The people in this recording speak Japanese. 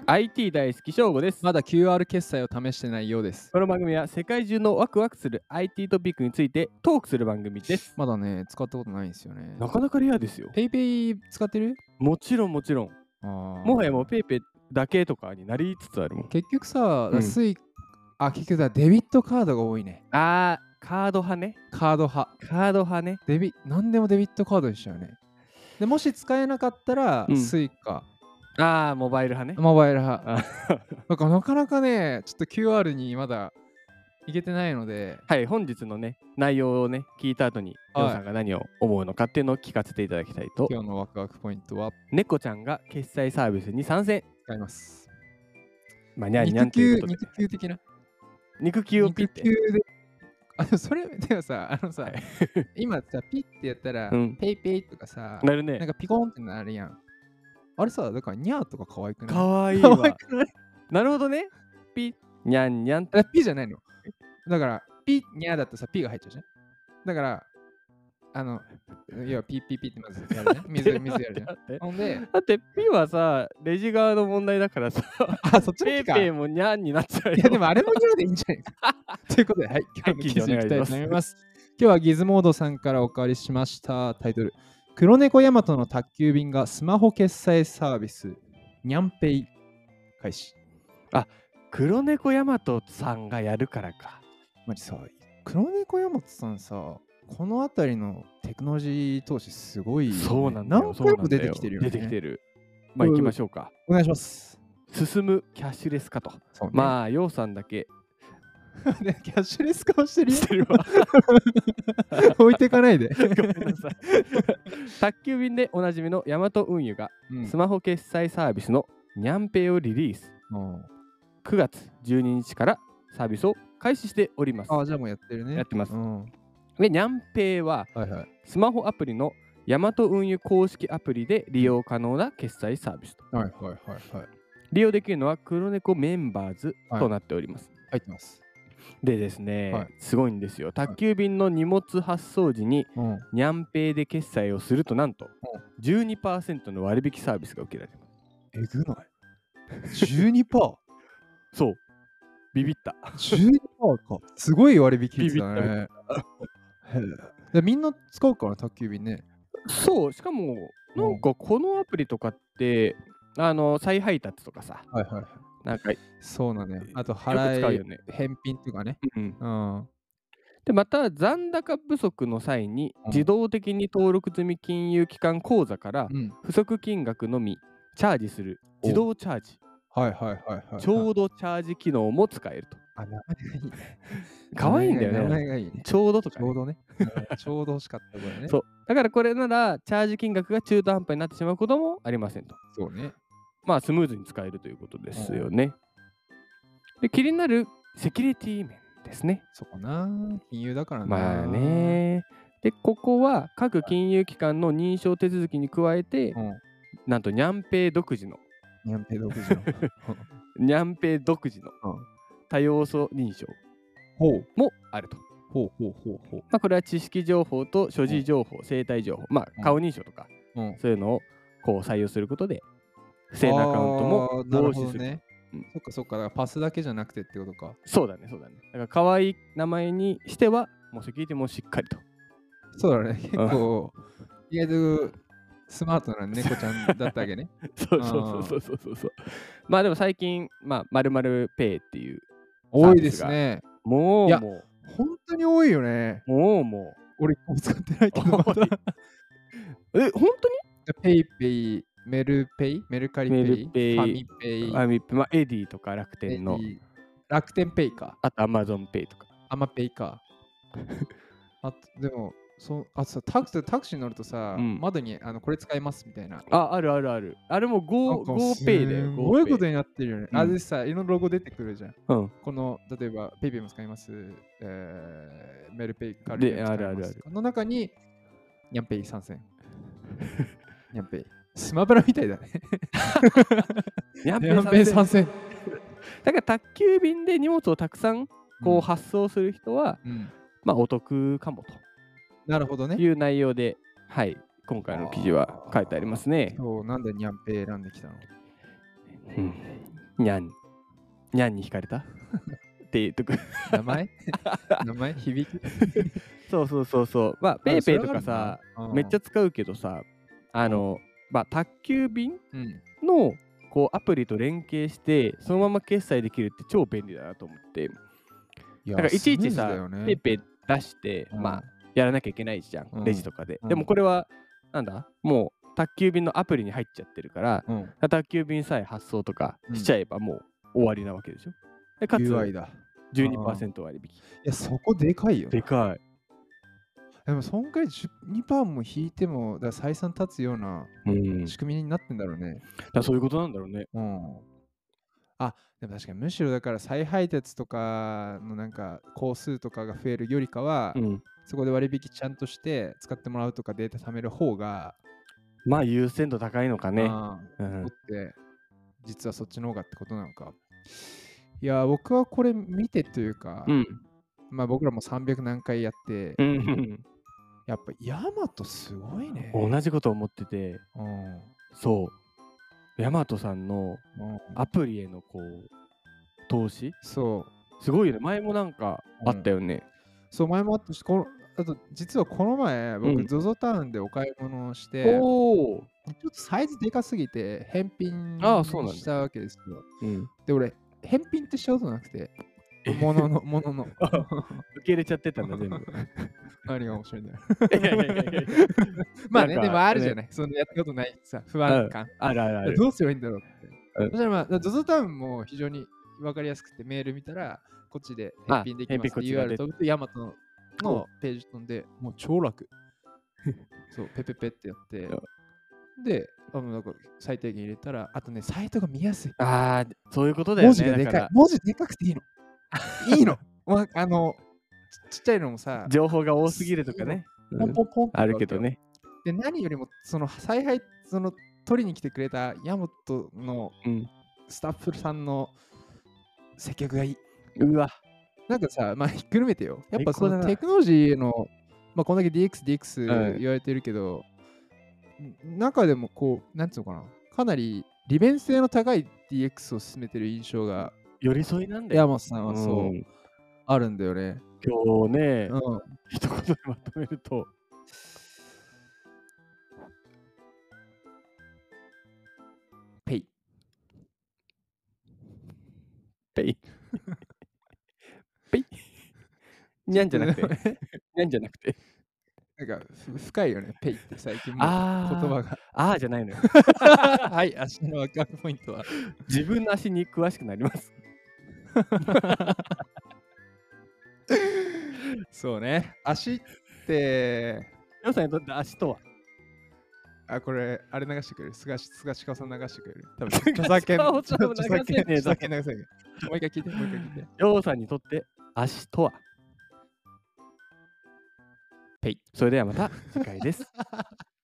IT 大好き翔吾です。 まだ QR 決済を試してないようです。 この番組は世界中のワクワクする IT トピックについてトークする番組です。 まだね、使ったことないんですよね。 なかなかレアですよ。 PayPay 使ってる？ もちろん。もはやもう PayPay だけとかになりつつあるもん。 結局さ、 うん結局だ、デビットカードが多いね。 カード派ね。 カード派。何でもデビットカードにしちゃうね。でもし使えなかったら、スイカ。 モバイル派ね。 モバイル派。だからなかなかね、ちょっと QR にまだいけてないので。 はい、本日のね、内容をね、聞いた後に、りょうさんが何を思うのかっていうのを聞かせていただきたいと。 今日のワクワクポイントは、 猫ちゃんが決済サービスに参戦。 使います。 まあ、にゃんにゃんということで。 肉球的な。 肉球をピッて。 肉球でそれでもさ、今さ、ピッてやったら、ペイペイとかさ、 なるね。 なんかピコンってなるやん。あれさ、だからニャーとか可愛くない？ 可愛いわ。なるほどね。ピッ、ニャンニャン。 ピじゃないの。だから、ピッ、ニャーだとさ、ピが入っちゃうじゃん。だから、要はピッピッピってまずやるね。水やるじゃん。ほんで、 だってピはさ、レジ側の問題だからさ、 そっちのペイペイもニャンになっちゃうよ。 いや、でもあれもニャーでいいんじゃないか。ということで、はい、今日の記事いきたいと思います。今日はギズモードさんからお借りしましたタイトル。黒猫ヤマトの宅急便がスマホ決済サービス、ニャンペイ開始。 黒猫ヤマトさんがやるからか。 マジさ、黒猫ヤマトさんさ、この辺りのテクノロジー投資すごい、ね。 そうなんだよ。 何回も出てきてるよね。 出てきてる。まあ行きましょうか。 お願いします。 進むキャッシュレス化と。 そうね、 まあ、ヨウさんだけ。 キャッシュレス化をしてるよ。 してるわ。 置いてかないで。 ごめんなさい。宅急便でおなじみのヤマト運輸が、スマホ決済サービスのニャンペイをリリース。9月12日からサービスを開始しております。 じゃあもうやってるね。 やってます。で、ニャンペイは、スマホアプリのヤマト運輸公式アプリで利用可能な決済サービスと。利用できるのは黒猫メンバーズとなっております。 入ってます。 でですね、すごいんですよ。宅急便の荷物発送時にニャンペイで決済をするとなんと 12% の割引サービスが受けられます。 えぐない ?12%? そう。ビビった。 12%か。すごい割引率だね。でみんな使うから宅急便ね。 そう。しかもなんかこのアプリとかって再配達とかさ。なんかそうだね。あと払い、 返品とかね。 でまた残高不足の際に自動的に登録済み金融機関口座から不足金額のみチャージする自動チャージ。ちょうどチャージ機能も使えると。 名前がいいね。 かわいいんだよね。 名前がいいね。 ちょうどとか。 ちょうどね。ちょうど欲しかったこれね。 そう。だからこれならチャージ金額が中途半端になってしまうこともありませんと。 そうね。 まあスムーズに使えるということですよね。で、気になるセキュリティ面ですね。 そこな。金融だからな。 まあね。で、ここは各金融機関の認証手続きに加えて、なんとニャンペイ独自のニャンペイ独自の多要素認証もあると。これは知識情報と所持情報、生体情報、顔認証とか、そういうのをこう採用することで、不正なアカウントも防止する。 そっか、だからパスだけじゃなくてってことか。 そうだね。だから可愛い名前にしては、もうセキュリティもしっかりと。 そうだね。結構、意外とスマートな猫ちゃんだったわけね。 そう。まあでも最近、〇〇ペイっていう。 多いですね。 もう。 本当に多いよね。 もう。 俺一個も使ってないけど。本当にペイペイ、メルカリペイ、ファミペイ、 エディとか楽天の。 楽天ペイか。 あとアマゾンペイとか。 アマペイか。あと、でも、タクシー乗るとさ、窓にこれ使えますみたいな。 ある。あれも GoPay で。 すごいことになってるよね。でさ、いろんなロゴ出てくるじゃん。この、例えば、ペイペイも使います。メルペイカリペイも使います。この中に、ニャンペイ参戦。ニャンペイ。スマブラみたいだね。 ニャンペイ参戦。だから宅急便で荷物をたくさんこう発送する人は、お得かもと。 なるほどね。 いう内容で、今回の記事は書いてありますね。 そう、なんでニャンペイ選んできたの？ にゃんに惹かれたっていうとこ名前響きそう。まあ、ペイペイとかさ、めっちゃ使うけどさ、まあ、宅急便のこうアプリと連携して、そのまま決済できるって超便利だなと思って。なんかいちいちさ、ペイペイ出して、まあ、やらなきゃいけないじゃん、レジとかで。でもこれは、なんだ、もう宅急便のアプリに入っちゃってるから、宅急便さえ発送とかしちゃえばもう終わりなわけでしょ。でかつ、12% 割引。 いや、そこでかいよ。 でかい。 でも、そんくらい 12% も引いても、だ採算立つような仕組みになってんだろうね。 そういうことなんだろうね。 でも確かにむしろだから再配達とかのなんか工数とかが増えるよりかは、そこで割引ちゃんとして使ってもらうとかデータ貯める方がまあ優先度高いのかね。 って実はそっちの方がってことなのか。いや僕はこれ見てというか、まあ僕らも300何回やって、やっぱヤマトすごいね。 同じこと思ってて、そうヤマトさんのアプリへのこう投資、すごいよね。前もなんかあったよね。 そう前もあったし、あと実はこの前僕 ZOZO タウンでお買い物をして、ちょっとサイズでかすぎて返品したわけですよ。で俺返品ってしたことなくて、ものの受け入れちゃってたんだ全部。 何が面白いんだよ。まあね、でもあるじゃない。そのやったことないさ、不安感。 ある。 どうすればいいんだろうって。そしたらまあ、ZOZO タウンも非常に分かりやすくて、メール見たら、こっちで返品できますって URL 飛ぶと、ヤマトのページ飛んで、もう超楽。そう、ペペペってやって。で、なんか最低限入れたら、あとね、サイトが見やすい。 そういうことだよね。 文字がでかい。文字でかくていいの。いいの。ちっちゃいのもさ、 情報が多すぎるとかね。 ポンポンポンあるけどね。 で、何よりも、その取りに来てくれたヤマトのスタッフさんの接客がいい。なんかさ、まあ、ひっくるめてよ。やっぱそのテクノロジーの、まあ、こんだけ DX 言われてるけど、中でもこう、なんつうのかな、かなり利便性の高い DX を進めてる印象が、 寄り添いなんだよ。 ヤマトさんはそう、あるんだよね。 今日ね、一言でまとめると、 ペイ。 にゃんじゃなくて。 なんか深いよね、ペイって最近も言葉が。 じゃないのよ。 はい、足のワクワクポイントは。 自分の足に詳しくなります。 そうね。足って、 ヨウさんにとって足とはこれ、あれ流してくれる。菅氏さん流してくれる。 多分、著作権流せねえぞ。 もう一回聞いて。 ヨウさんにとって足とはペイ。 それではまた次回です。